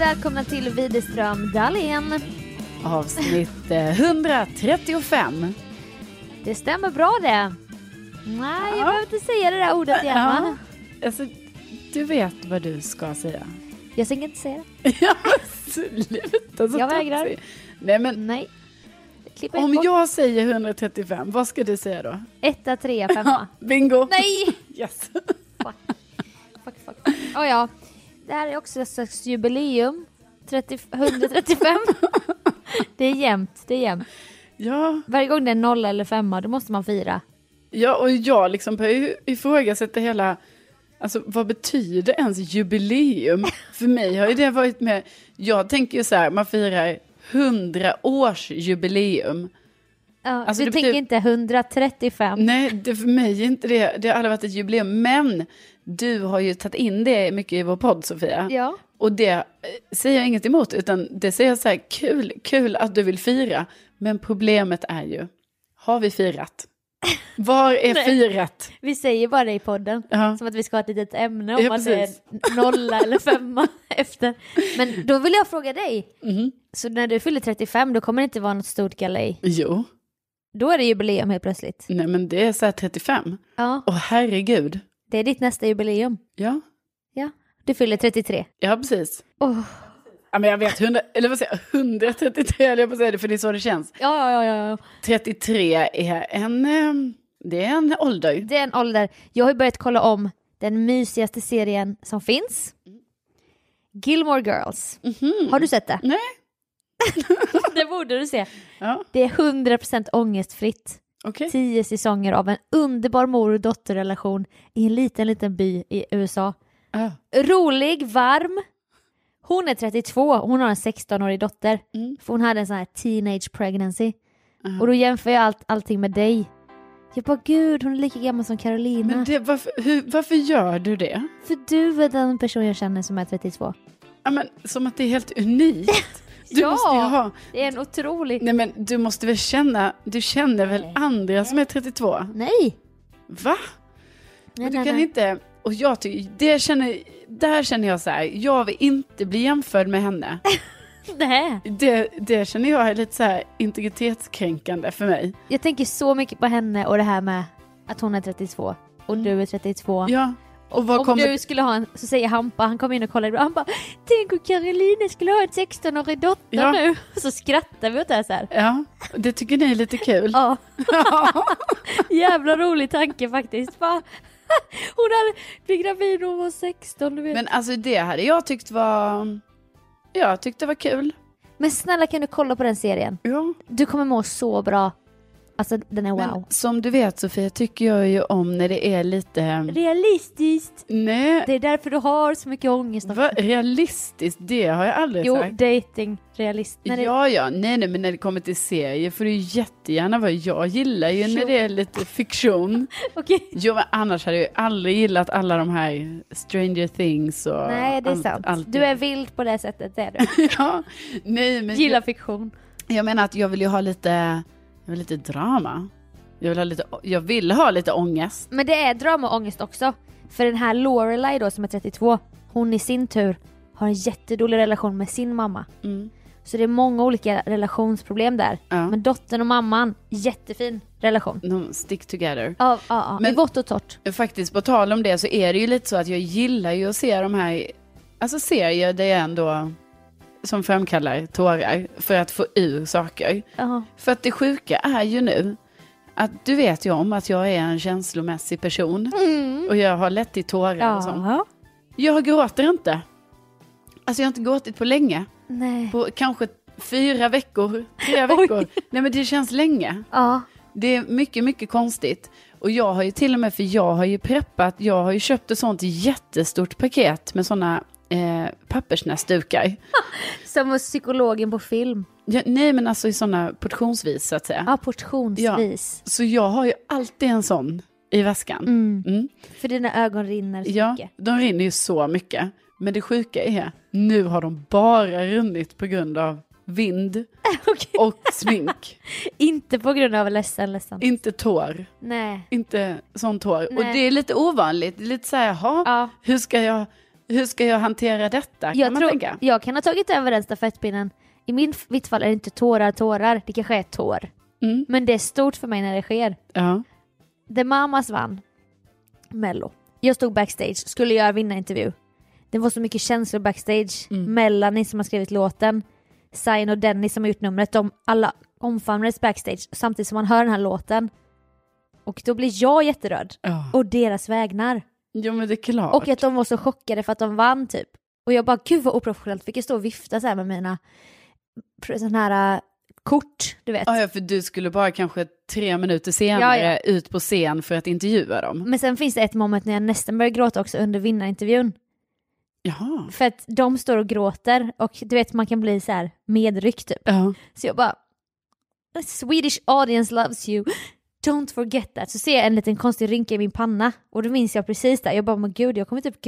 välkomna till Widerström Dahlén. Avsnitt 135. Det stämmer bra det. Nej, jag behöver inte säga det där ordet igen, va? Alltså, du vet vad du ska säga. Jag tänker inte säga det. Ja, sluta. Så jag vägrar. Nej, men nej. Om jag säger 135, vad ska du säga då? 1, 3, 5. Bingo. Nej! Yes. Fuck. Ja. Det här är också ett slags jubileum. 135. Det är jämnt. Ja. Varje gång det är 0 eller 5, då måste man fira. Ja, och jag liksom börjar ifrågasätta hela... Alltså, vad betyder ens jubileum? För mig har ju det varit med... Jag tänker ju så här, man firar 100 års jubileum. Ja, alltså, du tänker inte 135? Nej, det för mig är inte det. Det har aldrig varit ett jubileum. Men du har ju tagit in det mycket i vår podd, Sofia. Ja. Och det säger jag inget emot, utan det säger jag så här, kul att du vill fira. Men problemet är ju, har vi firat? Var är firat? Vi säger bara det i podden, som att vi ska ha ett litet ämne om att det är 0 eller 5 efter. Men då vill jag fråga dig, så när du fyller 35, då kommer det inte vara något stort galej? Jo. Då är det jubileum helt plötsligt. Nej, men det är så här 35. Ja. Åh, herregud. Det är ditt nästa jubileum. Ja. Ja, du fyller 33. Ja, precis. Oh. Ja, men jag vet, 133, eller jag på säga det, för det är så det känns. Ja. 33 är det är en ålder. Det är en ålder. Jag har börjat kolla om den mysigaste serien som finns. Gilmore Girls. Mm-hmm. Har du sett det? Nej. Det borde du se. Ja. Det är 100% ångestfritt. Okay. 10 säsonger av en underbar mor- och dotterrelation i en liten by i USA. Rolig, varm. Hon är 32 och hon har en 16-årig dotter. För hon hade en sån här teenage pregnancy. Och då jämför jag allting med dig. Jag bara, gud, hon är lika gammal som Carolina. Men varför gör du det? För du är den person jag känner som är 32. Ja, men som att det är helt unikt. Du måste ju ha... det är en otrolig... Nej, men du måste väl du känner väl andra som är 32? Nej. Va? Nej, du kan inte... Och jag tycker, där känner jag så här, jag vill inte bli jämförd med henne. Nej. Det känner jag är lite så här integritetskränkande för mig. Jag tänker så mycket på henne och det här med att hon är 32 och du är 32. Ja. Och om du skulle ha så säger Hampa, han kom in och kollade, han bara, tänk om Carolina skulle ha en 16-årig dotter nu. Så skrattar vi åt det så här. Ja, det tycker ni är lite kul. Ja. Jävla rolig tanke faktiskt. Hon hade blivit gravid och hon var 16, du vet. Men alltså det hade jag tyckte var kul. Men snälla, kan du kolla på den serien? Ja. Du kommer må så bra. Alltså den är wow. Men som du vet, Sofia, tycker jag ju om när det är lite... realistiskt. Nej. Det är därför du har så mycket ångest. Realistiskt, det har jag aldrig sagt. Jo, dating, realist. Ja, nej, men när det kommer till serier får det ju jättegärna vara. Jag gillar ju när det är lite fiktion. Okay. Jo, men annars hade jag aldrig gillat alla de här Stranger Things och... Nej, det är sant. Allt. Du är vild på det sättet, det är du. Ja, nej, men... Gillar fiktion. Jag menar att jag vill ju ha lite drama. Jag vill ha lite ångest. Men det är drama och ångest också. För den här Lorelai då som är 32, hon i sin tur har en jättedålig relation med sin mamma. Så det är många olika relationsproblem där. Men dottern och mamman, jättefin relation. De stick together. Ja, men i vått och torrt. Faktiskt, på tal om det så är det ju lite så att jag gillar ju att se de här, alltså serier där jag ändå som framkallar tårar för att få ur saker. För att det sjuka är ju nu att du vet ju om att jag är en känslomässig person och jag har lätt i tårar och sånt. Jag gråter inte. Alltså jag har inte gråtit på länge. Nej. På kanske 4 veckor, 3 veckor. Nej, men det känns länge. Ja. Det är mycket, mycket konstigt. Och jag har ju till och med, för jag har ju preppat, jag har ju köpt ett sånt jättestort paket med såna pappersnäsdukar. Som psykologen på film. Ja, nej, men alltså i såna portionsvis så att säga. Ja, portionsvis. Ja, så jag har ju alltid en sån i väskan. För dina ögon rinner så mycket. Ja, de rinner ju så mycket. Men det sjuka är, nu har de bara runnit på grund av vind och smink. Inte på grund av ledsen. Inte tår. Nej. Inte sån tår. Nej. Och det är lite ovanligt. Det är lite så här, hur ska jag hur ska jag hantera detta? Jag kan ha tagit över den stafettpinnen. I mitt fall är det inte tårar. Det kanske är tår. Men det är stort för mig när det sker. Ja. The Mamas vann Mello. Jag stod backstage, skulle göra vinnarintervju. Det var så mycket känslor backstage. Melanie som har skrivit låten, Zayn och Dennis som har gjort numret. De alla omfamnades backstage samtidigt som man hör den här låten. Och då blir jag jätteröd. Och deras vägnar. Jo, men det är klart. Och att de var så chockade för att de vann typ. Och jag bara, gud vad oprofessionellt. Fick jag stå och vifta så här med mina sådana här kort, du vet. Ja, för du skulle bara kanske 3 minuter senare ut på scen för att intervjua dem. Men sen finns det ett moment när jag nästan börjar gråta också under vinnarintervjun. Jaha. För att de står och gråter och du vet man kan bli så här medryckt typ. Så jag bara, Swedish audience loves you. Don't forget that. Så ser jag en liten konstig rynka i min panna. Och då minns jag precis där. Jag bara, men gud, jag kommer typ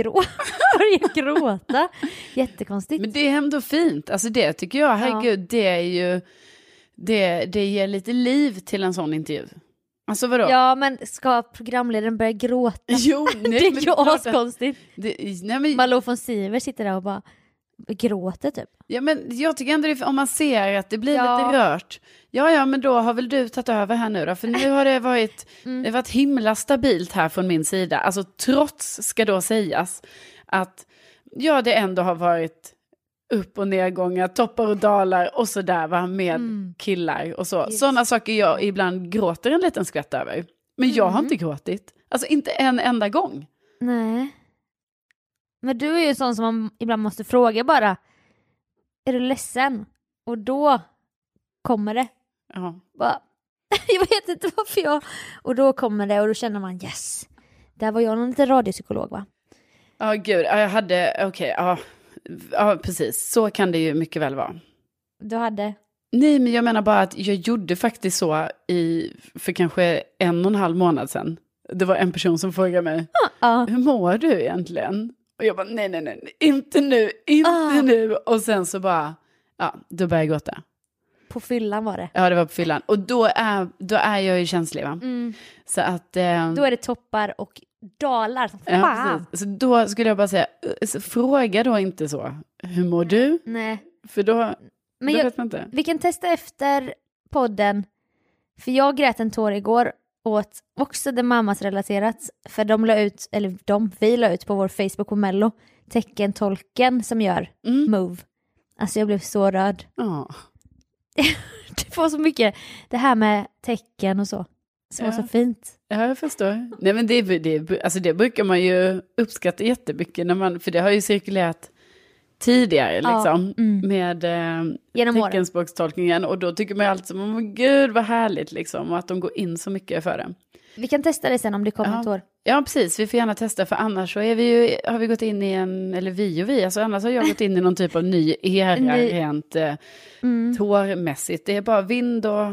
gråta. Jättekonstigt. Men det är ändå fint. Alltså det tycker jag, herregud, det är ju... Det ger lite liv till en sån intervju. Alltså vadå? Ja, men ska programledaren börja gråta? Jo, nej, det är ju askonstigt. Men... Malou von Sivers sitter där och bara gråter typ. Ja, men jag tycker ändå om man ser att det blir lite rört. Ja, men då har väl du tagit över här nu då. För nu har det varit, det har varit himla stabilt här från min sida. Alltså trots, ska då sägas, att det ändå har varit upp- och nedgångar, toppar och dalar och sådär med killar och så. Yes. Sådana saker jag ibland gråter en liten skvätt över. Men jag har inte gråtit. Alltså inte en enda gång. Nej. Men du är ju sån som man ibland måste fråga bara, är du ledsen? Och då kommer det. Ja. Bara, jag vet inte varför och då kommer det och då känner man yes. Där var jag någon liten radiopsykolog va? Ja, gud. Jag hade, ja, precis. Så kan det ju mycket väl vara. Du hade? Nej, men jag menar bara att jag gjorde faktiskt så för kanske 1,5 månad sedan. Det var en person som frågade mig, hur mår du egentligen? Och jag bara, nej, inte nu. Och sen så bara, då började jag gråta. På fyllan var det? Ja, det var på fyllan. Och då är jag ju känslig va? Så att... då är det toppar och dalar. Ja, precis. Så då skulle jag bara säga, fråga då inte så. Hur mår du? Nej. För då vet man inte. Vi kan testa efter podden. För jag grät en tår igår åt också det mammas relaterat. För vi la ut på vår Facebook på Mello teckentolken som gör Move. Alltså jag blev så röd. Det var så mycket det här med tecken och så. Som var så fint. Ja, jag förstår. Nej, men det brukar man ju uppskatta jättemycket för det har ju cirkulerat tidigare liksom med teckenspråkstolkningen och då tycker man ju alltid som gud vad härligt liksom och att de går in så mycket för det. Vi kan testa det sen om det kommer ett år. Ja, precis. Vi får gärna testa för annars så har vi gått in i annars har jag gått in i någon typ av ny era rent tårmässigt. Det är bara vind och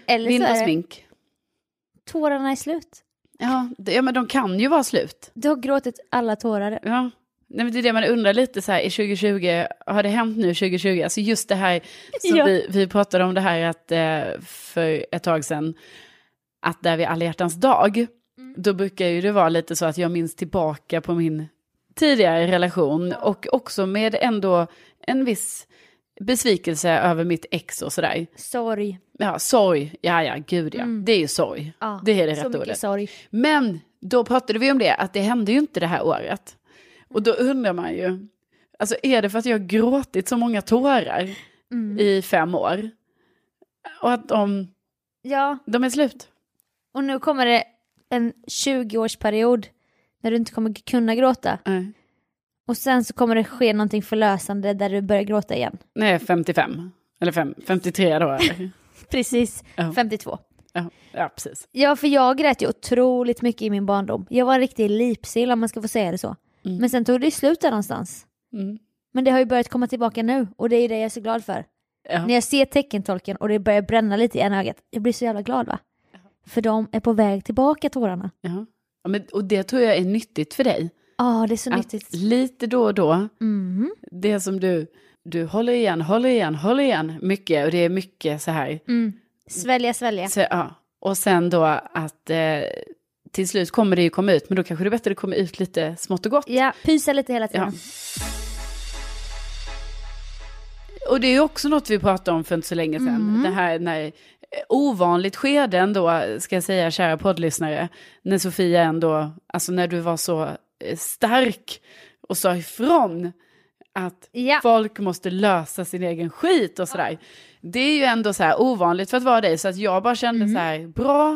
smink. Tårarna är slut. Ja, men de kan ju vara slut. Du har gråtit alla tårar. Ja. Nej, men det är det man undrar lite så här, i 2020, har det hänt nu 2020? Alltså just det här som vi pratade om det här att för ett tag sedan, att där vid alla hjärtans dag, då brukar ju det vara lite så att jag minns tillbaka på min tidigare relation och också med ändå en viss besvikelse över mitt ex och sådär. Sorg. Ja, sorg. Ja, gud ja. Det är ju sorg. Ja, det är det rätt ordet. Sorg. Men då pratade vi om det, att det hände ju inte det här året. Och då undrar man ju, alltså är det för att jag har gråtit så många tårar i 5 år? Och att de är slut. Och nu kommer det en 20-årsperiod när du inte kommer kunna gråta. Och sen så kommer det ske någonting förlösande där du börjar gråta igen. Nej, 55. Eller 53 då. Precis, 52. Ja, precis. Ja, för jag grät ju otroligt mycket i min barndom. Jag var en riktig lipsill om man ska få säga det så. Men sen tog det slut där någonstans. Men det har ju börjat komma tillbaka nu. Och det är det jag är så glad för. När jag ser teckentolken och det börjar bränna lite i ena ögat. Jag blir så jävla glad va? För de är på väg tillbaka, tårarna. Ja, och det tror jag är nyttigt för dig. Ja, det är så nyttigt. Lite då och då. Det som du håller igen mycket. Och det är mycket så här. Svälja. Så, och sen då att till slut kommer det ju komma ut, men då kanske det är bättre att det kommer ut lite smått och gott. Ja, pysa lite hela tiden. Ja. Och det är ju också något vi pratade om för inte så länge sedan. Det här när ovanligt skede ändå, ska jag säga, kära poddlyssnare, när Sofia ändå, alltså när du var så stark och sa ifrån att folk måste lösa sin egen skit och sådär. Det är ju ändå så här ovanligt för att vara dig, så att jag bara kände så här, bra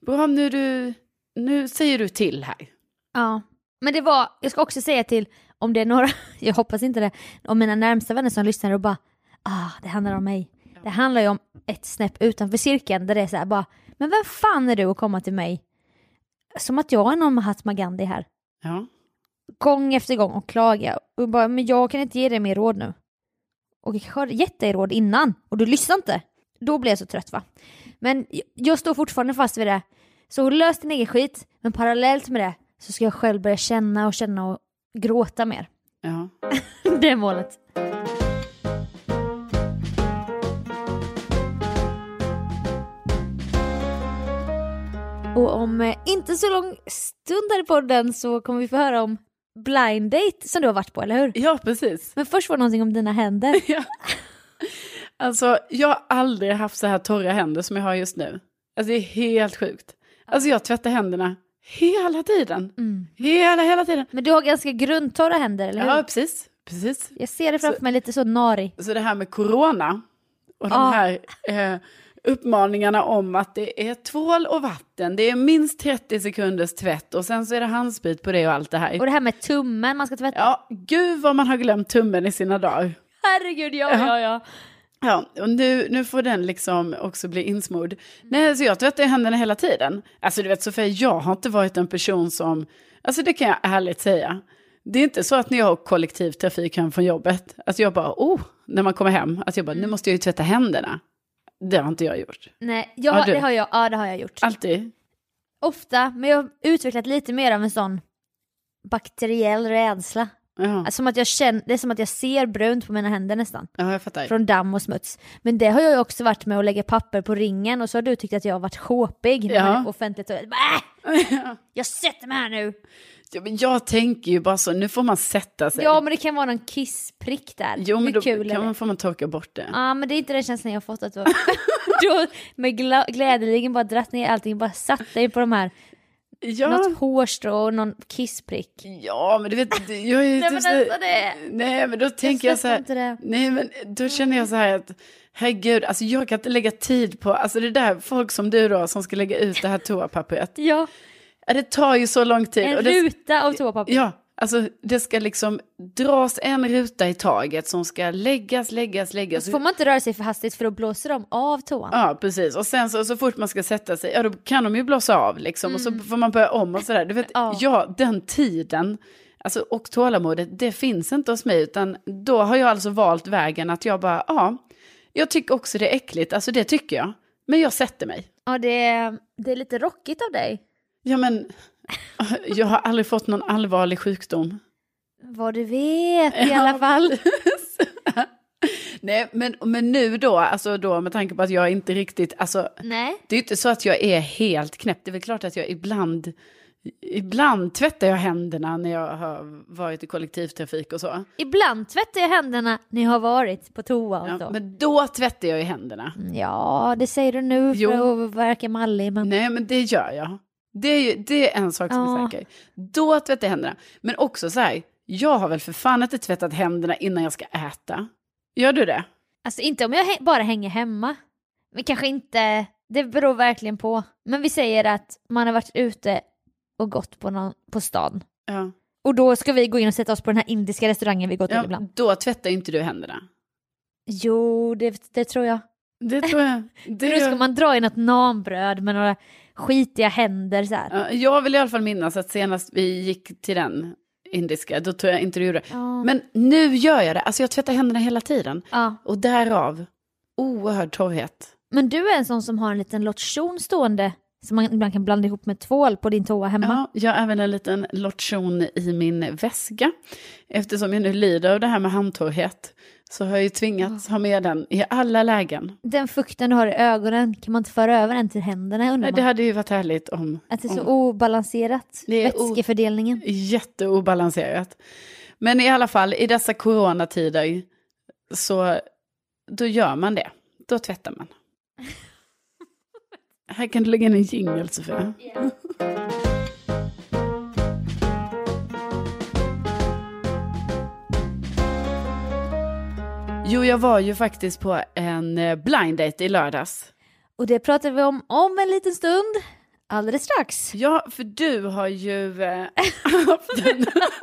nu säger du till här. Ja, men det var, jag ska också säga till, om det är några, jag hoppas inte det, om mina närmsta vänner som lyssnar och bara, det handlar om mig. Ja. Det handlar ju om ett snäpp utanför cirkeln där det är så här bara, men vem fan är du att komma till mig? Som att jag är någon Mahatma Gandhi här. Ja. Gång efter gång och klaga. Och bara, men jag kan inte ge dig mer råd nu. Och jag har gett dig råd innan och du lyssnar inte. Då blir jag så trött, va? Men jag står fortfarande fast vid det. Så lös din egen skit, men parallellt med det så ska jag själv börja känna och gråta mer. Ja. Det är målet. Och om inte så lång stund här i podden så kommer vi få höra om blind date som du har varit på, eller hur? Ja, precis. Men först var det någonting om dina händer. Ja. Alltså, jag har aldrig haft så här torra händer som jag har just nu. Alltså, det är helt sjukt. Alltså, jag tvättar händerna hela tiden. Hela tiden. Men du har ganska grundtorra händer, eller hur? Ja, precis. Jag ser det framför mig lite så nari. Så det här med corona och de här uppmaningarna om att det är tvål och vatten, det är minst 30 sekunders tvätt och sen så är det handsprit på det och allt det här. Och det här med tummen man ska tvätta. Ja, gud vad man har glömt tummen i sina dagar. Herregud, ja. Ja, och nu får den liksom också bli insmord. Nej, så jag tvättar händerna hela tiden. Alltså du vet Sofia, jag har inte varit en person som, alltså det kan jag ärligt säga. Det är inte så att när jag har kollektivtrafik hem från jobbet, att jag bara, när man kommer hem, att jag bara, nu måste jag ju tvätta händerna. Det har inte jag gjort. Nej, det har jag gjort. Alltid? Ofta, men jag har utvecklat lite mer av en sån bakteriell rädsla. Alltså, det är som att jag ser brunt på mina händer nästan. Ja, jag fattar. Från damm och smuts. Men det har jag ju också varit med att lägga papper på ringen. Och så har du tyckt att jag har varit sjåpig. Offentligt. Jag sätter mig här nu. Ja, men jag tänker ju bara så, nu får man sätta sig. Ja, men det kan vara någon kissprick där. Jo, men då får man torka bort det. Ja, men det är inte den känslan jag har fått. Att då med glädjeligen bara dratt ner allting. Bara satt dig på de här. Ja. Något hårstrå och någon kissprick. Ja, men du vet, jag är nej, men nej, men då tänker jag så här. Nej, men då känner jag så här att herregud, alltså jag kan inte lägga tid på, alltså det där folk som du då som ska lägga ut det här toapappret. Ja. Det tar ju så lång tid. En ruta av toapapper. Ja, alltså det ska liksom dras en ruta i taget som ska läggas. Så får man inte röra sig för hastigt för då blåser de av toan. Ja, precis. Och sen så fort man ska sätta sig, då kan de ju blåsa av liksom. Och så får man börja om och sådär. Du vet, den tiden, alltså, och tålamodet, det finns inte hos mig. Utan då har jag alltså valt vägen att jag bara, jag tycker också det är äckligt. Alltså det tycker jag. Men jag sätter mig. Ja, det är lite rockigt av dig. Ja, men jag har aldrig fått någon allvarlig sjukdom. Vad du vet i alla fall. Nej, men nu då, alltså då med tanke på att jag inte riktigt, alltså nej. Det är inte så att jag är helt knäpp. Det är väl klart att jag ibland tvättar jag händerna när jag har varit i kollektivtrafik och så. Ibland tvättar jag händerna när jag har varit på toa och så. Men då tvättar jag i händerna. Ja, det säger du nu för att verka mallig. Men... Nej, men det gör jag. Det är en sak som är säker. Då tvättar jag händerna. Men också så här, jag har väl för fan inte tvättat händerna innan jag ska äta. Gör du det? Alltså inte om jag bara hänger hemma. Men kanske inte, det beror verkligen på. Men vi säger att man har varit ute och gått på stan. Ja. Och då ska vi gå in och sätta oss på den här indiska restaurangen vi går till ibland. Då tvättar inte du händerna. Jo, det tror jag. Det tror jag. Då ska man dra in ett namnbröd med några skitiga händer så här. Ja, jag vill i alla fall minnas att senast vi gick till den indiska, då tror jag inte du gjorde det. Ja. Men nu gör jag det. Alltså jag tvättar händerna hela tiden. Ja. Och därav oerhörd torrhet. Men du är en sån som har en liten lotion stående som man ibland kan blanda ihop med tvål på din toa hemma. Ja, jag har även en liten lotion i min väska. Eftersom jag nu lider av det här med handtorrhet så har jag ju tvingats ha med den i alla lägen. Den fukten du har i ögonen, kan man inte föra över den till händerna? Nej, det hade ju varit härligt om... Att det är så obalanserat, vätskefördelningen. Jätteobalanserat. Men i alla fall, i dessa coronatider så då gör man det. Då tvättar man. Här kan du lägga in en jingle, Sofia. Yeah. Jo, jag var ju faktiskt på en blind date i lördags. Och det pratar vi om en liten stund. Alldeles strax. Ja, för du har ju haft den.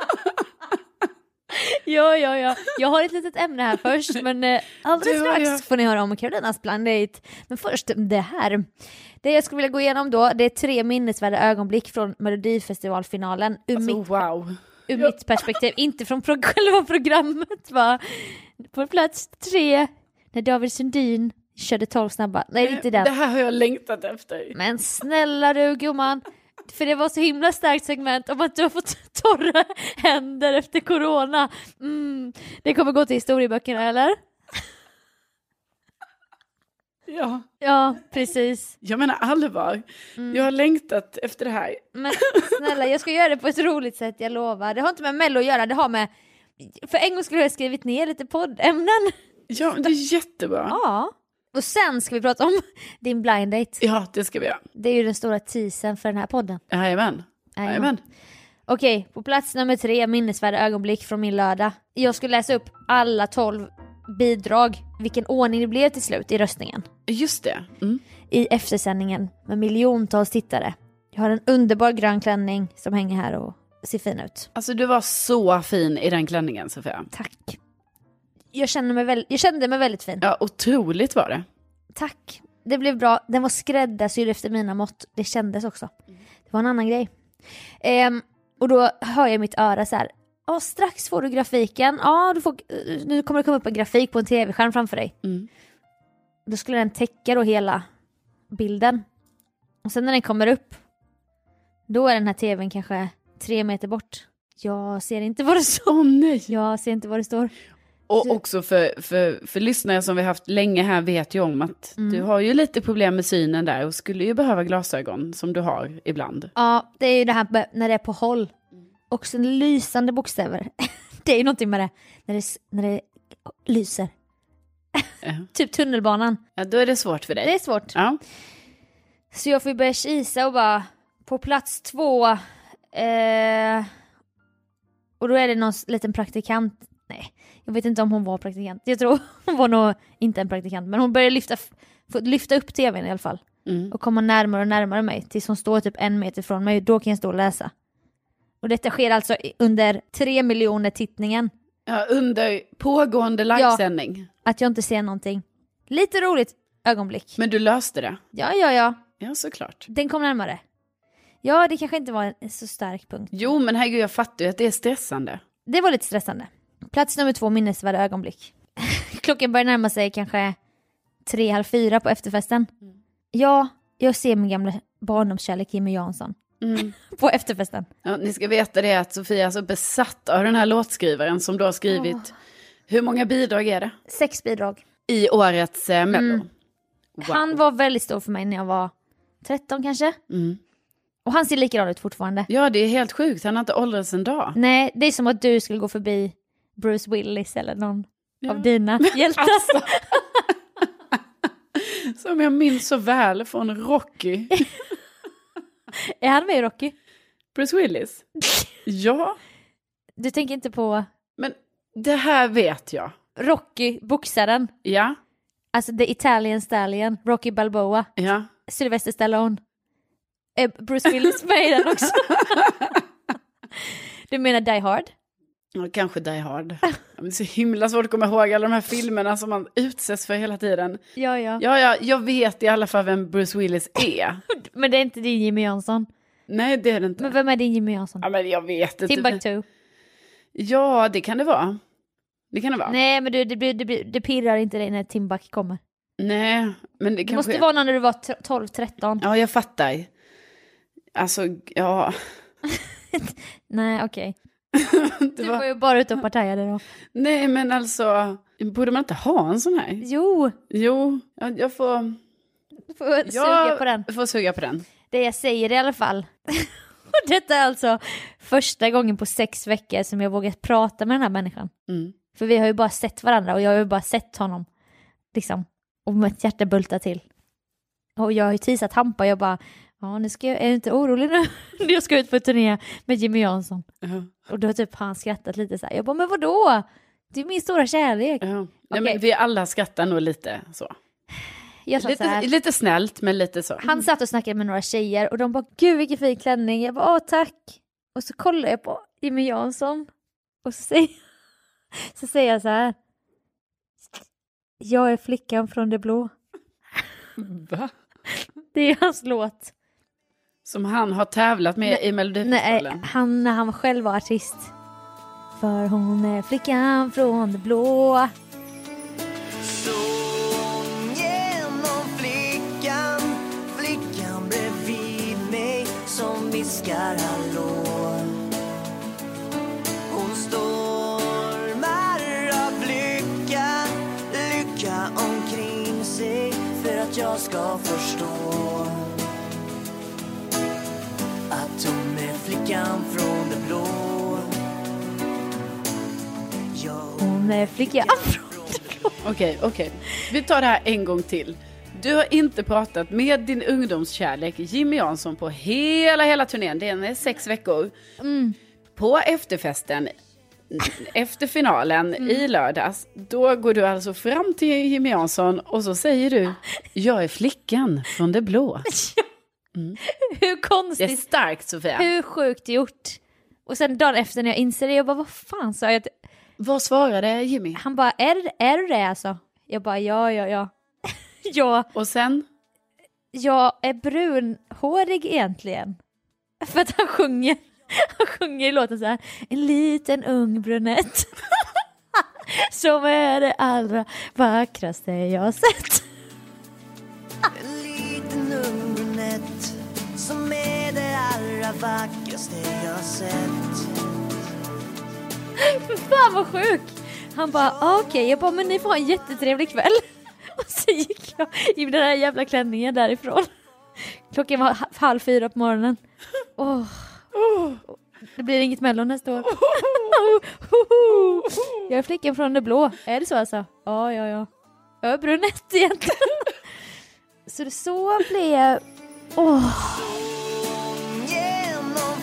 Ja. Jag har ett litet ämne här först, men alldeles strax får ni höra om Karolinas blind date. Men först det här. Det jag skulle vilja gå igenom då, det är 3 minnesvärda ögonblick från Melodifestivalfinalen. Ur mitt perspektiv, inte från själva programmet, va? På plats 3, när David Sundin körde 12 snabba. Nej, inte den. Det här har jag längtat efter. Men snälla du, gumman. För det var så himla starkt segment om att du har fått torra händer efter corona. Det kommer gå till historieböckerna, eller? Ja. Ja, precis. Jag menar allvar. Jag har längtat efter det här. Men snälla, jag ska göra det på ett roligt sätt, jag lovar. Det har inte med Mello att göra, det har med... För en gång skulle jag ha skrivit ner lite poddämnen. Ja, det är jättebra. Ja. Och sen ska vi prata om din blind date. Ja, det ska vi göra. Det är ju den stora teasern för den här podden. Jajamän. Okej, på plats nummer 3, minnesvärda ögonblick från min lördag. Jag skulle läsa upp alla 12 bidrag, vilken ordning det blev till slut i röstningen. Just det. I eftersändningen med miljontals tittare. Jag har en underbar grön klänning som hänger här och ser fin ut. Alltså du var så fin i den klänningen, Sofia. Tack. Jag kände mig väldigt fin. Ja, otroligt var det. Tack. Det blev bra. Den var skräddarsydd efter mina mått. Det kändes också. Det var en annan grej. Och då hör jag i mitt öra så här. Strax får du grafiken. Nu kommer det komma upp en grafik på en tv-skärm framför dig. Då skulle den täcka då hela bilden. Och sen när den kommer upp, då är den här tvn kanske 3 meter bort. Jag ser inte vad det står. Nej. Jag ser inte vad det står. Och också för lyssnare som vi har haft länge här vet ju om att du har ju lite problem med synen där och skulle ju behöva glasögon som du har ibland. Ja, det är ju det här när det är på håll. Och sen lysande bokstäver. Det är ju någonting med det. När det lyser. Typ tunnelbanan. Ja, då är det svårt för dig. Det är svårt. Ja. Så jag får börja kisa och bara på plats 2. Och då är det någon liten praktikant. Nej, jag vet inte om hon var praktikant. Jag tror hon var nog inte en praktikant. Men hon började lyfta upp tvn i alla fall. Och komma närmare och närmare mig. Tills hon står typ 1 meter från mig. Då kan jag stå och läsa. Och detta sker alltså under 3 miljoner tittningen. Ja, under pågående livesändning. Ja, att jag inte ser någonting. Lite roligt ögonblick. Men du löste det? Ja. Ja, såklart. Den kom närmare. Ja, det kanske inte var en så stark punkt. Jo, men herregud, jag fattar ju att det är stressande. Det var lite stressande. Plats nummer 2, minnesvärda ögonblick. Klockan börjar närma sig kanske 3:30 på efterfesten. Ja, jag ser min gamla barndomskärlek Jimmy Jansson. På efterfesten. Ja, ni ska veta det att Sofia är så besatt av den här låtskrivaren som då har skrivit. Hur många bidrag är det? 6 bidrag. I årets Mello. Wow. Han var väldigt stor för mig när jag var 13 kanske. Och han ser likadan ut fortfarande. Ja, det är helt sjukt. Han har inte åldrats en dag. Nej, det är som att du skulle gå förbi Bruce Willis eller någon av dina hjältar. Alltså. Som jag minns så väl från Rocky. Är han med i Rocky? Bruce Willis? Ja. Du tänker inte på... Men det här vet jag. Rocky, boxaren. Ja. Alltså The Italian Stallion, Rocky Balboa. Ja. Sylvester Stallone. Bruce Willis med i den också. Du menar Die Hard? Ja, kanske Die Hard. Det är så himla svårt att komma ihåg alla de här filmerna som man utsätts för hela tiden. Ja. Ja, jag vet i alla fall vem Bruce Willis är. Men det är inte din Jimmy Jansson. Nej, det är det inte. Men vem är din Jimmy Jansson? Ja, men jag vet inte. Timbuktu. Ja, det kan det vara. Nej, men det pirrar inte dig när Timbuk kommer. Nej, men det måste vara när du var 12-13. Ja, jag fattar. Alltså, ja. Nej, okej. Du var ju bara ute och partajade då. Nej, men alltså, borde man inte ha en sån här? Jo, jag får... Du får suga på den. Jag får suga på den. Det jag säger i alla fall. Och detta är alltså första gången på 6 veckor som jag vågat prata med den här människan. Mm. För vi har ju bara sett varandra och jag har ju bara sett honom. Liksom. Och mitt hjärta bultar till. Och jag har ju teasat Hampa och jag bara, är du inte orolig nu? Jag ska ut på turné med Jimmy Jansson. Och då typ han skrattat lite så här. Jag bara, men vadå? Det är min stora kärlek. Nej, men vi alla skrattar nog lite så. Lite snällt, men lite så. Han satt och snackade med några tjejer och de bara, gud vilken fin klänning. Jag bara, tack. Och så kollar jag på Jimmy Jansson och så säger jag så här. Jag är flickan från det blå. Va? Det är hans låt. Som han har tävlat med i Melodifestivalen. Nej, när han själv var artist. För hon är flickan från det blå. Som viskar hallå. Hon stormar av lycka omkring sig för att jag ska förstå att hon är flickan från det blå. Hon är flickan från det blå. Okej. Vi tar det här en gång till. Du har inte pratat med din ungdomskärlek Jimmy Jansson på hela turnén. Det är 6 veckor. På efterfesten, efter finalen i lördags, då går du alltså fram till Jimmy Jansson och så säger du, jag är flickan från det blå. Hur konstigt. Det är starkt, Sofia. Hur sjukt gjort. Och sen dagen efter när jag inser det, jag bara, vad fan sa jag? Vad svarade Jimmy? Han bara, är du det alltså? Jag bara, ja. Ja. Och sen? Jag är brunhårig egentligen. För att han sjunger i låten så här. En liten ung brunett. Som är det allra vackraste jag sett. En liten ung brunett. Som är det allra vackraste jag sett. För fan vad sjuk. Han bara, okej. Jag bara, men ni får ha en jättetrevlig kväll. Och så gick jag i den här jävla klänningen därifrån. Klockan var 3:30 på morgonen. Det blir inget Mellon nästa år. Jag är flickan från det blå. Är det så alltså? Ja. Jag är brunett egentligen. Så det så blev... Genom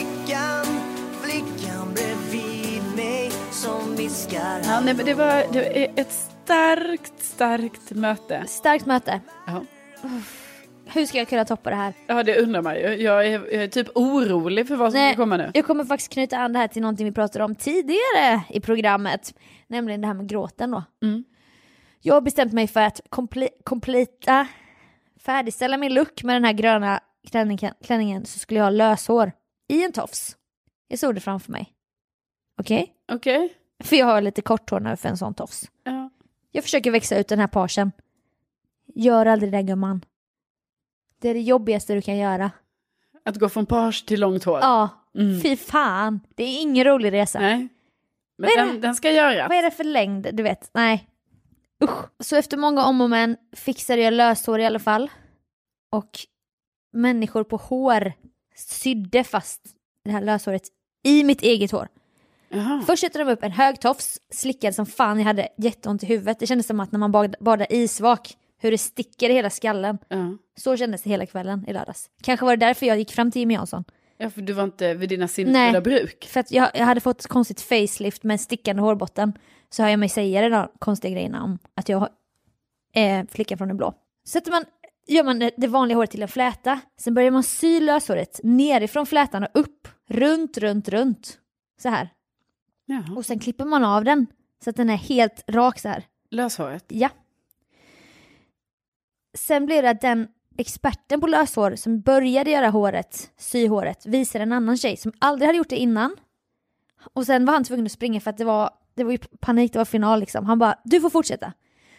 flickan bredvid mig som viskar. Ja, nej, men det var ett starkt möte. Starkt möte. Ja. Hur ska jag kunna toppa det här? Ja, det undrar man ju. Jag är typ orolig för vad som ska komma nu. Jag kommer faktiskt knyta an det här till någonting vi pratade om tidigare i programmet. Nämligen det här med gråten då. Jag har bestämt mig för att färdigställa min look med den här gröna klänningen, så skulle jag ha löshår i en tofs. Jag såg det framför mig. Okej. För jag har lite kort hår nu för en sån tofs. Ja. Jag försöker växa ut den här parsen. Gör aldrig det, gumman. Det är det jobbigaste du kan göra. Att gå från page till långt hår? Ja, fy fan. Det är ingen rolig resa. Nej, men den ska göra. Vad är det för längd, du vet? Nej. Usch. Så efter många om och men fixade jag löshår i alla fall. Och människor på hår sydde fast det här löshåret i mitt eget hår. Aha. Först sätter de upp en hög tofs, slickad som fan, jag hade jätteont i huvudet. Det kändes som att när man badar isvak, hur det sticker i hela skallen. Så kändes det hela kvällen i lördags. Kanske var det därför jag gick fram till Jimmy Jansson. Ja, för du var inte vid dina sinnesfulla bruk. För att jag hade fått ett konstigt facelift med en stickande hårbotten. Så hör jag mig säga de där konstiga grejerna om att jag är flickan från den blå. Gör man det vanliga håret till en fläta. Sen börjar man sy löshåret nerifrån flätan och upp. Runt. Så här. Jaha. Och sen klipper man av den så att den är helt rak så här. Löshåret? Ja. Sen blir det att den experten på löshår som började göra håret, sy håret, visar en annan tjej som aldrig hade gjort det innan. Och sen var han tvungen att springa för att det var ju panik, det var final liksom. Han bara, du får fortsätta.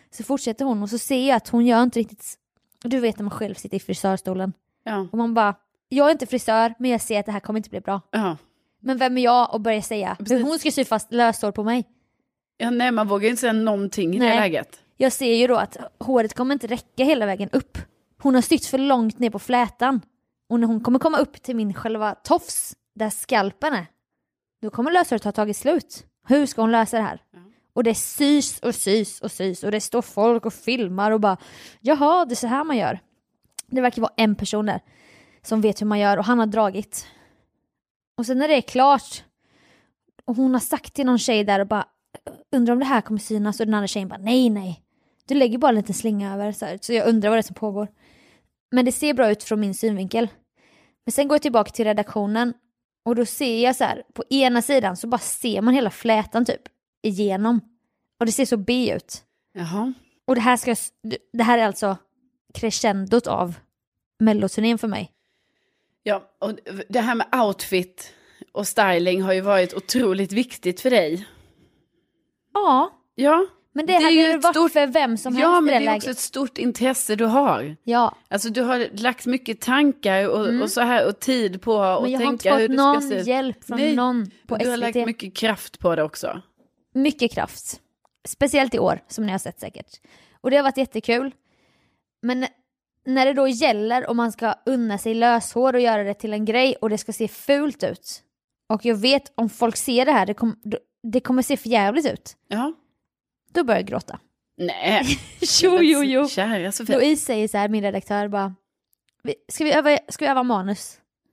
Så fortsätter hon och så ser jag att hon gör inte riktigt... Du vet när man själv sitter i frisörstolen. Ja. Och man bara, jag är inte frisör men jag ser att det här kommer inte bli bra. Ja. Men vem är jag att börja säga hur hon ska sy fast löshår på mig? Ja, nej, man vågar inte säga någonting i det läget. Jag ser ju då att håret kommer inte räcka hela vägen upp. Hon har styrt för långt ner på flätan. Och när hon kommer komma upp till min själva tofs, där skalpen är, då kommer löshåret ha tagit slut. Hur ska hon lösa det här? Ja. Och det sys och sys och sys. Och det står folk och filmar och bara, jaha, det är så här man gör. Det verkar vara en person där som vet hur man gör och han har dragit. Och sen när det är klart och hon har sagt till någon tjej där och bara, undrar om det här kommer synas, och den andra tjejen bara, nej. Du lägger bara en liten slinga över så jag undrar vad det är som pågår. Men det ser bra ut från min synvinkel. Men sen går jag tillbaka till redaktionen och då ser jag så här, på ena sidan så bara ser man hela flätan typ igenom. Och det ser så B ut. Jaha. Och det här är alltså crescendot av melloturnén för mig. Ja, och det här med outfit och styling har ju varit otroligt viktigt för dig. Ja. Ja. Men det hade ju varit för vem som helst. Ja, men det är också ett stort intresse du har. Ja. Alltså du har lagt mycket tankar och så här och tid på att tänka hur det ska se ut. Men jag har inte fått någon hjälp från någon på SVT. Du har lagt mycket kraft på det också. Mycket kraft. Speciellt i år, som ni har sett säkert. Och det har varit jättekul. Men när det då gäller om man ska unna sig löshår och göra det till en grej och det ska se fult ut. Och jag vet om folk ser det här, det kommer se för jävligt ut. Ja. Då börjar jag gråta. Nej. jo. Kära Sofia. Louise säger så här, min redaktör bara, ska vi öva manus?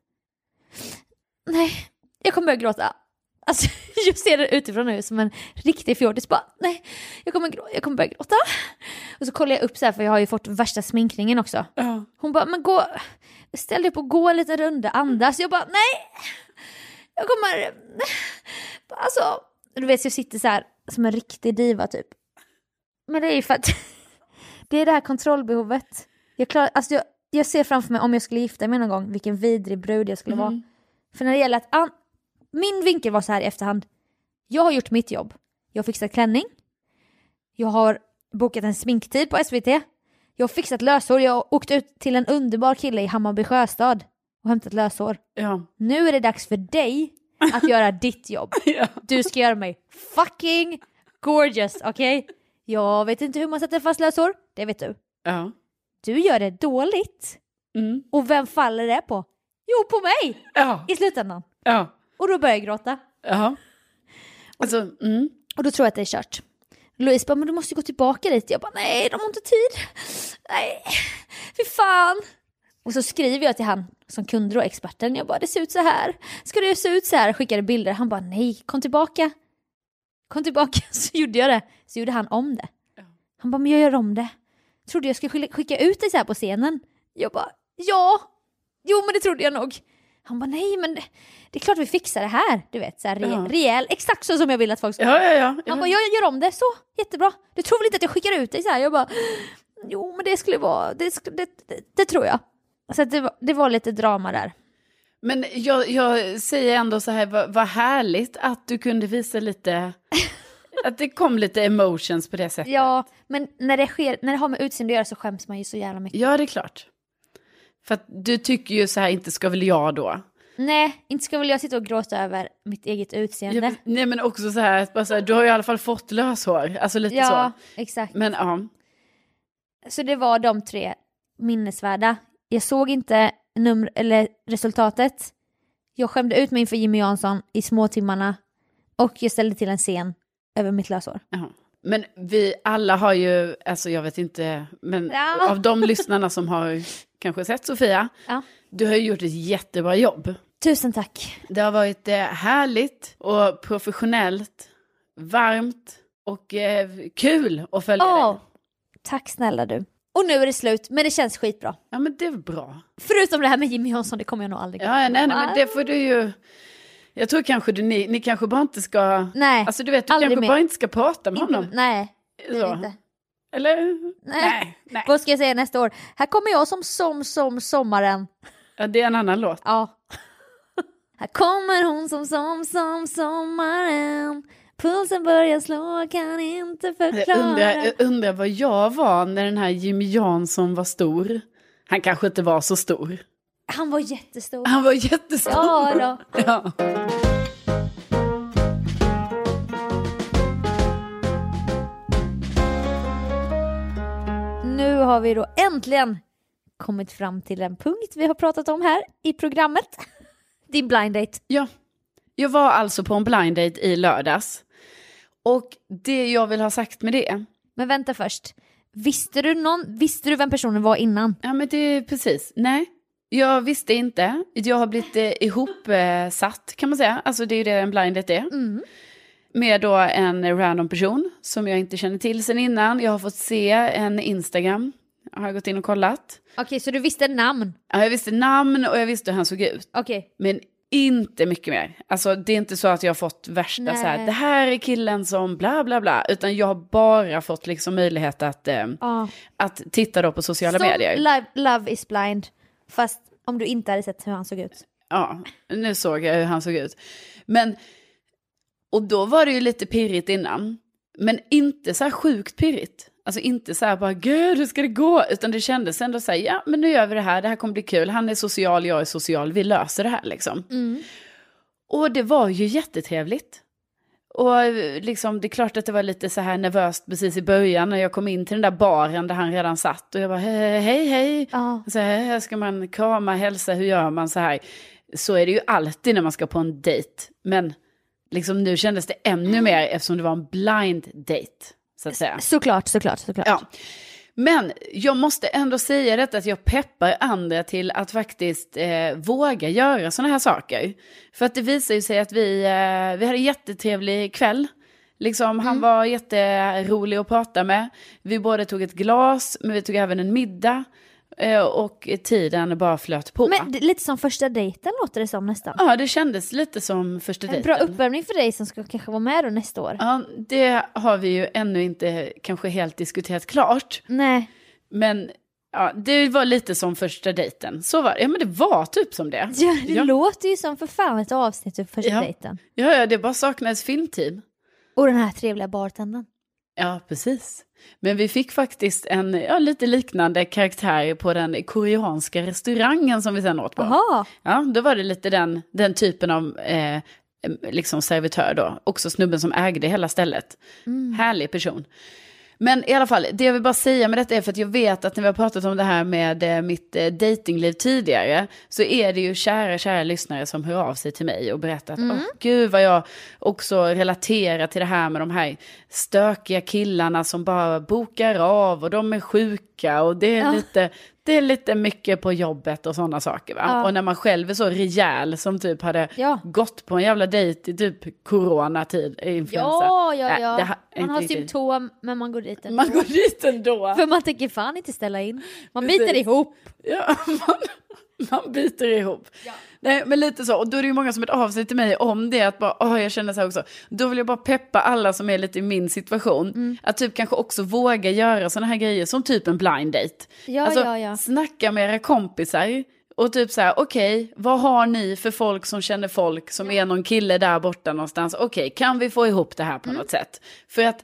Nej, jag kommer börja gråta. Alltså, jag ser det utifrån nu som en riktig fjordis. Bara, nej, jag kommer börja gråta. Och så kollar jag upp så här, för jag har ju fått värsta sminkningen också. Hon bara, men ställ dig upp och gå en liten runda, andas. Jag bara, nej, jag kommer, alltså, du vet, jag sitter så här som en riktig diva typ. Men det är ju för att det är det här kontrollbehovet. Jag ser framför mig om jag skulle gifta mig någon gång vilken vidrig brud jag skulle vara. För när det gäller att min vinkel var så här i efterhand. Jag har gjort mitt jobb. Jag har fixat klänning. Jag har bokat en sminktid på SVT. Jag har fixat löshår. Jag har åkt ut till en underbar kille i Hammarby Sjöstad och hämtat löshår. Ja. Nu är det dags för dig att göra ditt jobb. Ja. Du ska göra mig fucking gorgeous, okej? Okay? Jag vet inte hur man sätter fast löshår. Det vet du. Ja. Du gör det dåligt. Och vem faller det på? Jo, på mig! Ja. I slutändan. Ja. Och då börjar jag gråta. Ja. Alltså, och då tror jag att det är kört. Louise bara, men du måste gå tillbaka dit. Jag bara, nej, de har inte tid. Nej, fy fan. Och så skriver jag till han som kunde då, experten. Jag bara, det ser ut så här. Ska det se ut så här? Skickade bilder. Han bara, nej, kom tillbaka. Så gjorde jag det. Så gjorde han om det. Han bara, men jag gör om det. Trodde jag skulle skicka ut det så här på scenen. Jag bara, ja. Jo, men det trodde jag nog. Han bara, nej, men det är klart vi fixar det här. Du vet, så här rejäl. Exakt så som jag vill att folk ska. Ja. Han bara, jag gör om det. Så, jättebra. Du tror väl inte att jag skickar ut det så här? Jag bara, jo, men det skulle vara, det tror jag. Så det var lite drama där. Men jag säger ändå så här, vad härligt att du kunde visa lite, att det kom lite emotions på det sättet. Ja, men när det har med utseende att göra så skäms man ju så jävla mycket. Ja, det är klart. För att du tycker ju så här, inte ska väl jag då? Nej, inte ska väl jag sitta och gråta över mitt eget utseende. Ja, nej, men också så här, bara så här, du har ju i alla fall fått löshår. Alltså lite så. Ja, exakt. Men ja. Så det var de 3 minnesvärda. Jag såg inte resultatet. Jag skämde ut mig inför Jimmy Jansson i småtimmarna. Och jag ställde till en scen över mitt löshår. Jaha. Men vi alla har ju, alltså jag vet inte, men av de lyssnarna som har kanske sett Sofia, du har ju gjort ett jättebra jobb. Tusen tack. Det har varit härligt och professionellt, varmt och kul att följa dig. Tack snälla du. Och nu är det slut, men det känns skitbra. Ja, men det är bra. Förutom det här med Jimmy Jansson, det kommer jag nog aldrig gå. Ja, nej, men det får du ju. Jag tror kanske ni kanske bara inte ska. Nej. Alltså du vet, du kanske bara inte ska prata med honom. Nej, det är inte. Eller? Nej. Vad ska jag säga nästa år? Här kommer jag som sommaren. Ja, det är en annan låt. Ja. Här kommer hon som sommaren. Pulsen börjar slå, kan inte förklara. Jag undrar vad jag var när den här Jimmy Jansson var stor. Han kanske inte var så stor. Han var jättestor. Han var jättestor. Ja då. Ja. Nu har vi då äntligen kommit fram till en punkt vi har pratat om här i programmet. Din blind date. Ja, jag var alltså på en blind date i lördags. Och det jag vill ha sagt med det. Men vänta först. Visste du vem personen var innan? Ja, men det är precis. Nej, jag visste inte. Jag har blivit ihopsatt kan man säga. Alltså det är ju det en blind date är. Mm. Med då en random person som jag inte känner till sen innan. Jag har fått se en Instagram. Jag har gått in och kollat. Okej, så du visste namn? Ja, jag visste namn och jag visste hur han såg ut. Okej. Men inte mycket mer. Alltså det är inte så att jag har fått värsta så här, det här är killen som bla bla bla. Utan jag har bara fått liksom möjlighet att titta då på sociala medier. Love is blind. Fast om du inte hade sett hur han såg ut. Ja, nu såg jag hur han såg ut. Men, och då var det ju lite pirrigt innan. Men inte så här sjukt pirrigt. Alltså inte så här bara, gud hur ska det gå? Utan det kändes ändå så här, ja men nu gör vi det här kommer bli kul. Han är social, jag är social, vi löser det här liksom. Mm. Och det var ju jättetrevligt. Och liksom, det är klart att det var lite så här nervöst precis i början när jag kom in till den där baren där han redan satt. Och jag bara, hej. Så här ska man krama, hälsa, hur gör man så här? Så är det ju alltid när man ska på en dejt. Men liksom nu kändes det ännu mer eftersom det var en blind date. Så att säga. Såklart. Ja. Men jag måste ändå säga detta att jag peppar andra till att faktiskt våga göra såna här saker. För att det visar ju sig att vi hade en jättetrevlig kväll. Liksom, han var jätterolig att prata med. Vi båda tog ett glas, men vi tog även en middag. Och tiden bara flöt på. Men lite som första dejten låter det som nästan. Ja, det kändes lite som första dejten. En bra uppvärmning för dig som ska kanske vara med då nästa år. Ja, det har vi ju ännu inte kanske helt diskuterat klart. Nej. Men ja, det var lite som första dejten. Så var det. Ja, men det var typ som det. Ja, det låter ju som för fan ett avsnitt av första dejten. Ja, det bara saknades filmteam. Och den här trevliga bartendern. Ja, precis. Men vi fick faktiskt en lite liknande karaktär på den koreanska restaurangen som vi sen åt på. Aha. Ja, då var det lite den typen av liksom servitör då. Också snubben som ägde hela stället. Härlig person. Men i alla fall, det jag vill bara säga med detta är för att jag vet att när vi har pratat om det här med mitt datingliv tidigare så är det ju kära lyssnare som hör av sig till mig och berättar att gud vad jag också relaterar till det här med de här stökiga killarna som bara bokar av och de är sjuka och det är lite mycket på jobbet och sådana saker va? Ja. Och när man själv är så rejäl som typ hade gått på en jävla dejt i typ coronatid, influensa. Ja. Man har symptom men man går dit ändå. Man går dit ändå. För man tänker fan inte ställa in. Man biter ihop. Ja, man biter ihop. Ja. Nej, men lite så. Och då är det ju många som har av sig till mig om det. Att bara, jag känner så här också. Då vill jag bara peppa alla som är lite i min situation. Att typ kanske också våga göra såna här grejer som typ en blind date. Snacka med era kompisar. Och typ så här, okej, vad har ni för folk som känner folk som är någon kille där borta någonstans? Okej, kan vi få ihop det här på något sätt? För att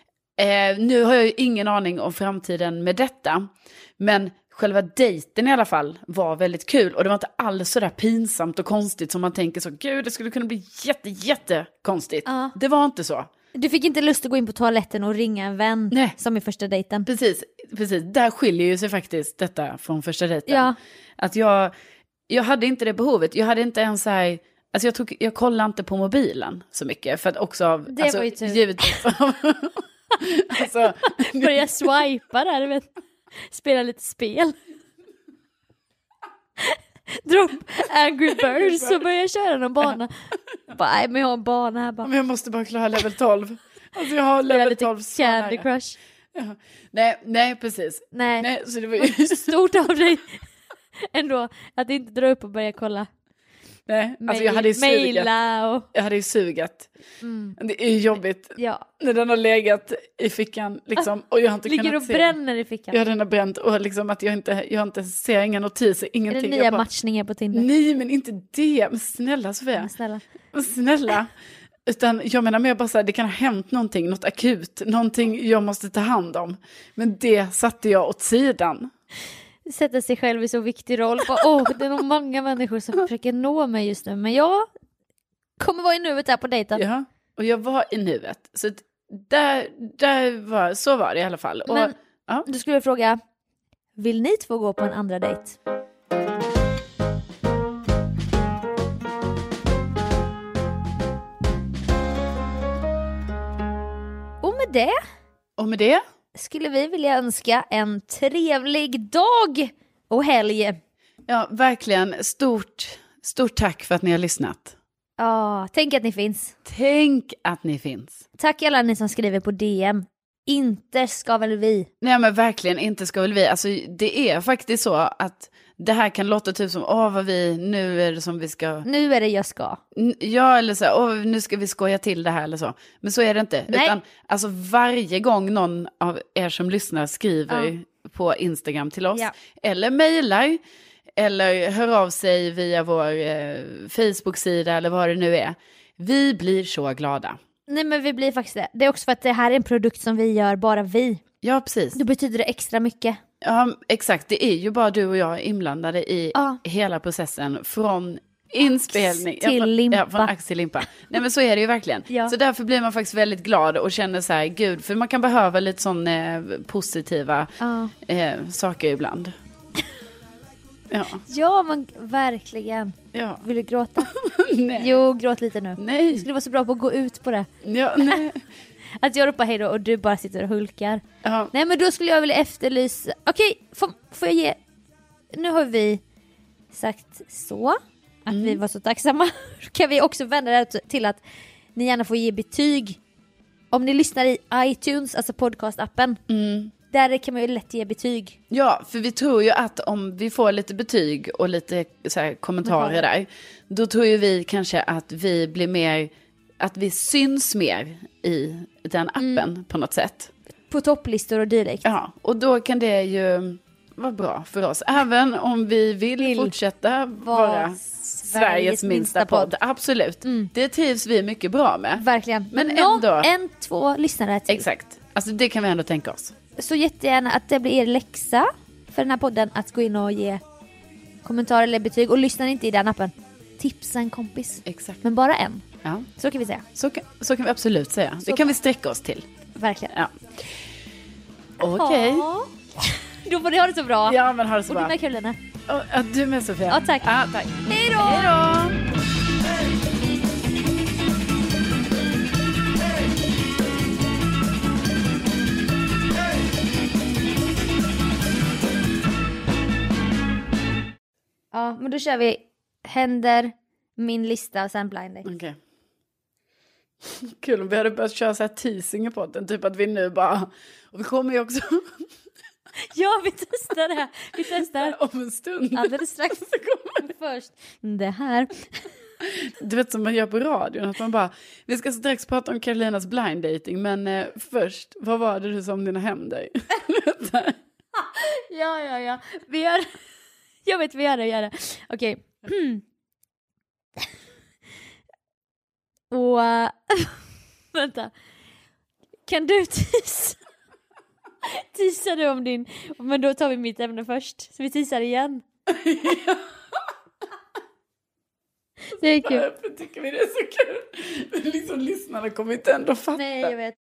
nu har jag ju ingen aning om framtiden med detta. Men själva dejten i alla fall var väldigt kul. Och det var inte alls så där pinsamt och konstigt som man tänker så. Gud, det skulle kunna bli jättekonstigt. Det var inte så. Du fick inte lust att gå in på toaletten och ringa en vän som i första dejten. Precis. Där skiljer ju sig faktiskt detta från första dejten. Ja. Att jag hade inte det behovet. Jag hade inte ens så här... Alltså jag kollade inte på mobilen så mycket. För att också... Det alltså, var ju tur. Givetvis. Alltså, börja swipa där, du vet. Spela lite spel. Drop Angry Birds och börja köra någon bana. Nej, men jag har en bana här bara. Men jag måste bara klara level 12. Alltså jag har level 12 så Candy Crush. Ja. Nej, precis. Nej, så det var ju stort av dig ändå att inte dra upp och börja kolla. Nej, alltså jag hade ju suget. Och... Jag hade ju suget. Det är ju jobbigt när den har legat i fickan liksom, och jag har inte ligger kunnat och se. bränner i fickan. Ja, den har bränt och liksom att jag inte ser inga notiser, ingenting. Är det nya matchningar på Tinder? Nej, men inte det. Men snälla Sofia. Snälla. Utan jag menar mer bara så här, det kan ha hänt någonting, något akut, någonting jag måste ta hand om. Men det satte jag åt sidan. Sätta sig själv i så viktig roll. Det är nog många människor som försöker nå mig just nu. Men jag kommer vara i nuet där på dejten. Ja, och jag var i nuet. Så så var det i alla fall. Men du skulle fråga, vill ni två gå på en andra dejt? Och med det skulle vi vilja önska en trevlig dag och helg. Ja, verkligen. Stort tack för att ni har lyssnat. Ja, tänk att ni finns. Tänk att ni finns. Tack alla ni som skriver på DM. Inte ska väl vi. Nej, men verkligen inte ska väl vi. Alltså det är faktiskt så att det här kan låta typ som, nu är det som vi ska. Nu är det jag ska. Ja, eller så, nu ska vi skoja till det här eller så. Men så är det inte. Nej. Utan alltså varje gång någon av er som lyssnar skriver på Instagram till oss. Ja. Eller mejlar. Eller hör av sig via vår Facebook-sida eller vad det nu är. Vi blir så glada. Nej, men vi blir faktiskt det. Det är också för att det här är en produkt som vi gör, bara vi. Ja, precis. Då betyder det extra mycket. Ja, exakt. Det är ju bara du och jag inblandade i hela processen. Från inspelning till limpa. Ja, från ax till limpa. Nej, men så är det ju verkligen. Ja. Så därför blir man faktiskt väldigt glad och känner så här, gud, för man kan behöva lite sån positiva saker ibland. Ja, men verkligen. Ja. Vill du gråta? Nej. Jo, gråt lite nu. Nej. Du skulle vara så bra på att gå ut på det. Ja, nej. Att jag ropar hej då och du bara sitter och hulkar. Ja. Nej, men då skulle jag vilja efterlysa. Okej, får jag ge. Nu har vi sagt så. Att vi var så tacksamma. Kan vi också vända det till att ni gärna får ge betyg. Om ni lyssnar i iTunes, alltså podcastappen. Där kan man ju lätt ge betyg. Ja, för vi tror ju att om vi får lite betyg och lite så här kommentarer där, då tror ju vi kanske att vi blir mer, att vi syns mer i den appen på något sätt. På topplistor och direkt. Ja, och då kan det ju vara bra för oss. Även om vi vill fortsätta vara Sveriges minsta podd. Absolut. Det trivs vi mycket bra med. Verkligen. Men ändå. 2 lyssnare till. Exakt. Alltså det kan vi ändå tänka oss. Så jättegärna att det blir er läxa för den här podden att gå in och ge kommentarer eller betyg. Och lyssnar inte i den appen, tipsa en kompis. Exakt. Men bara en. Ja. Så kan vi säga. Så kan vi absolut säga. Det kan vi sträcka oss till. Verkligen. Ja. Okej. Då får ni ha det så bra. Ja, men ha det så bra. Och du med Karolina. Du med Sofia. Ja, tack. Ja, tack. Hej då! Hej då! Ja, men då kör vi händer, min lista och sen blind date. Okej. Kul om vi hade börjat köra så här teasing i podden. Typ att vi nu bara... Och vi kommer ju också... Ja, vi testar det här. Vi testar. Om en stund. Alldeles strax. Först det här. Du vet som man gör på radion. Att man bara... Vi ska strax prata om Karolinas blind dating. Men först, vad var det du sa om dina händer? Ja. Vi gör... Jag vet, vi gör det. Okej. Och... vänta. Kan du tisa du om din... Men då tar vi mitt ämne först. Så vi tisar igen. Det är kul. Varför tycker vi det är så kul? Liksom lyssnarna kommer inte ändå fatta. Nej, jag vet.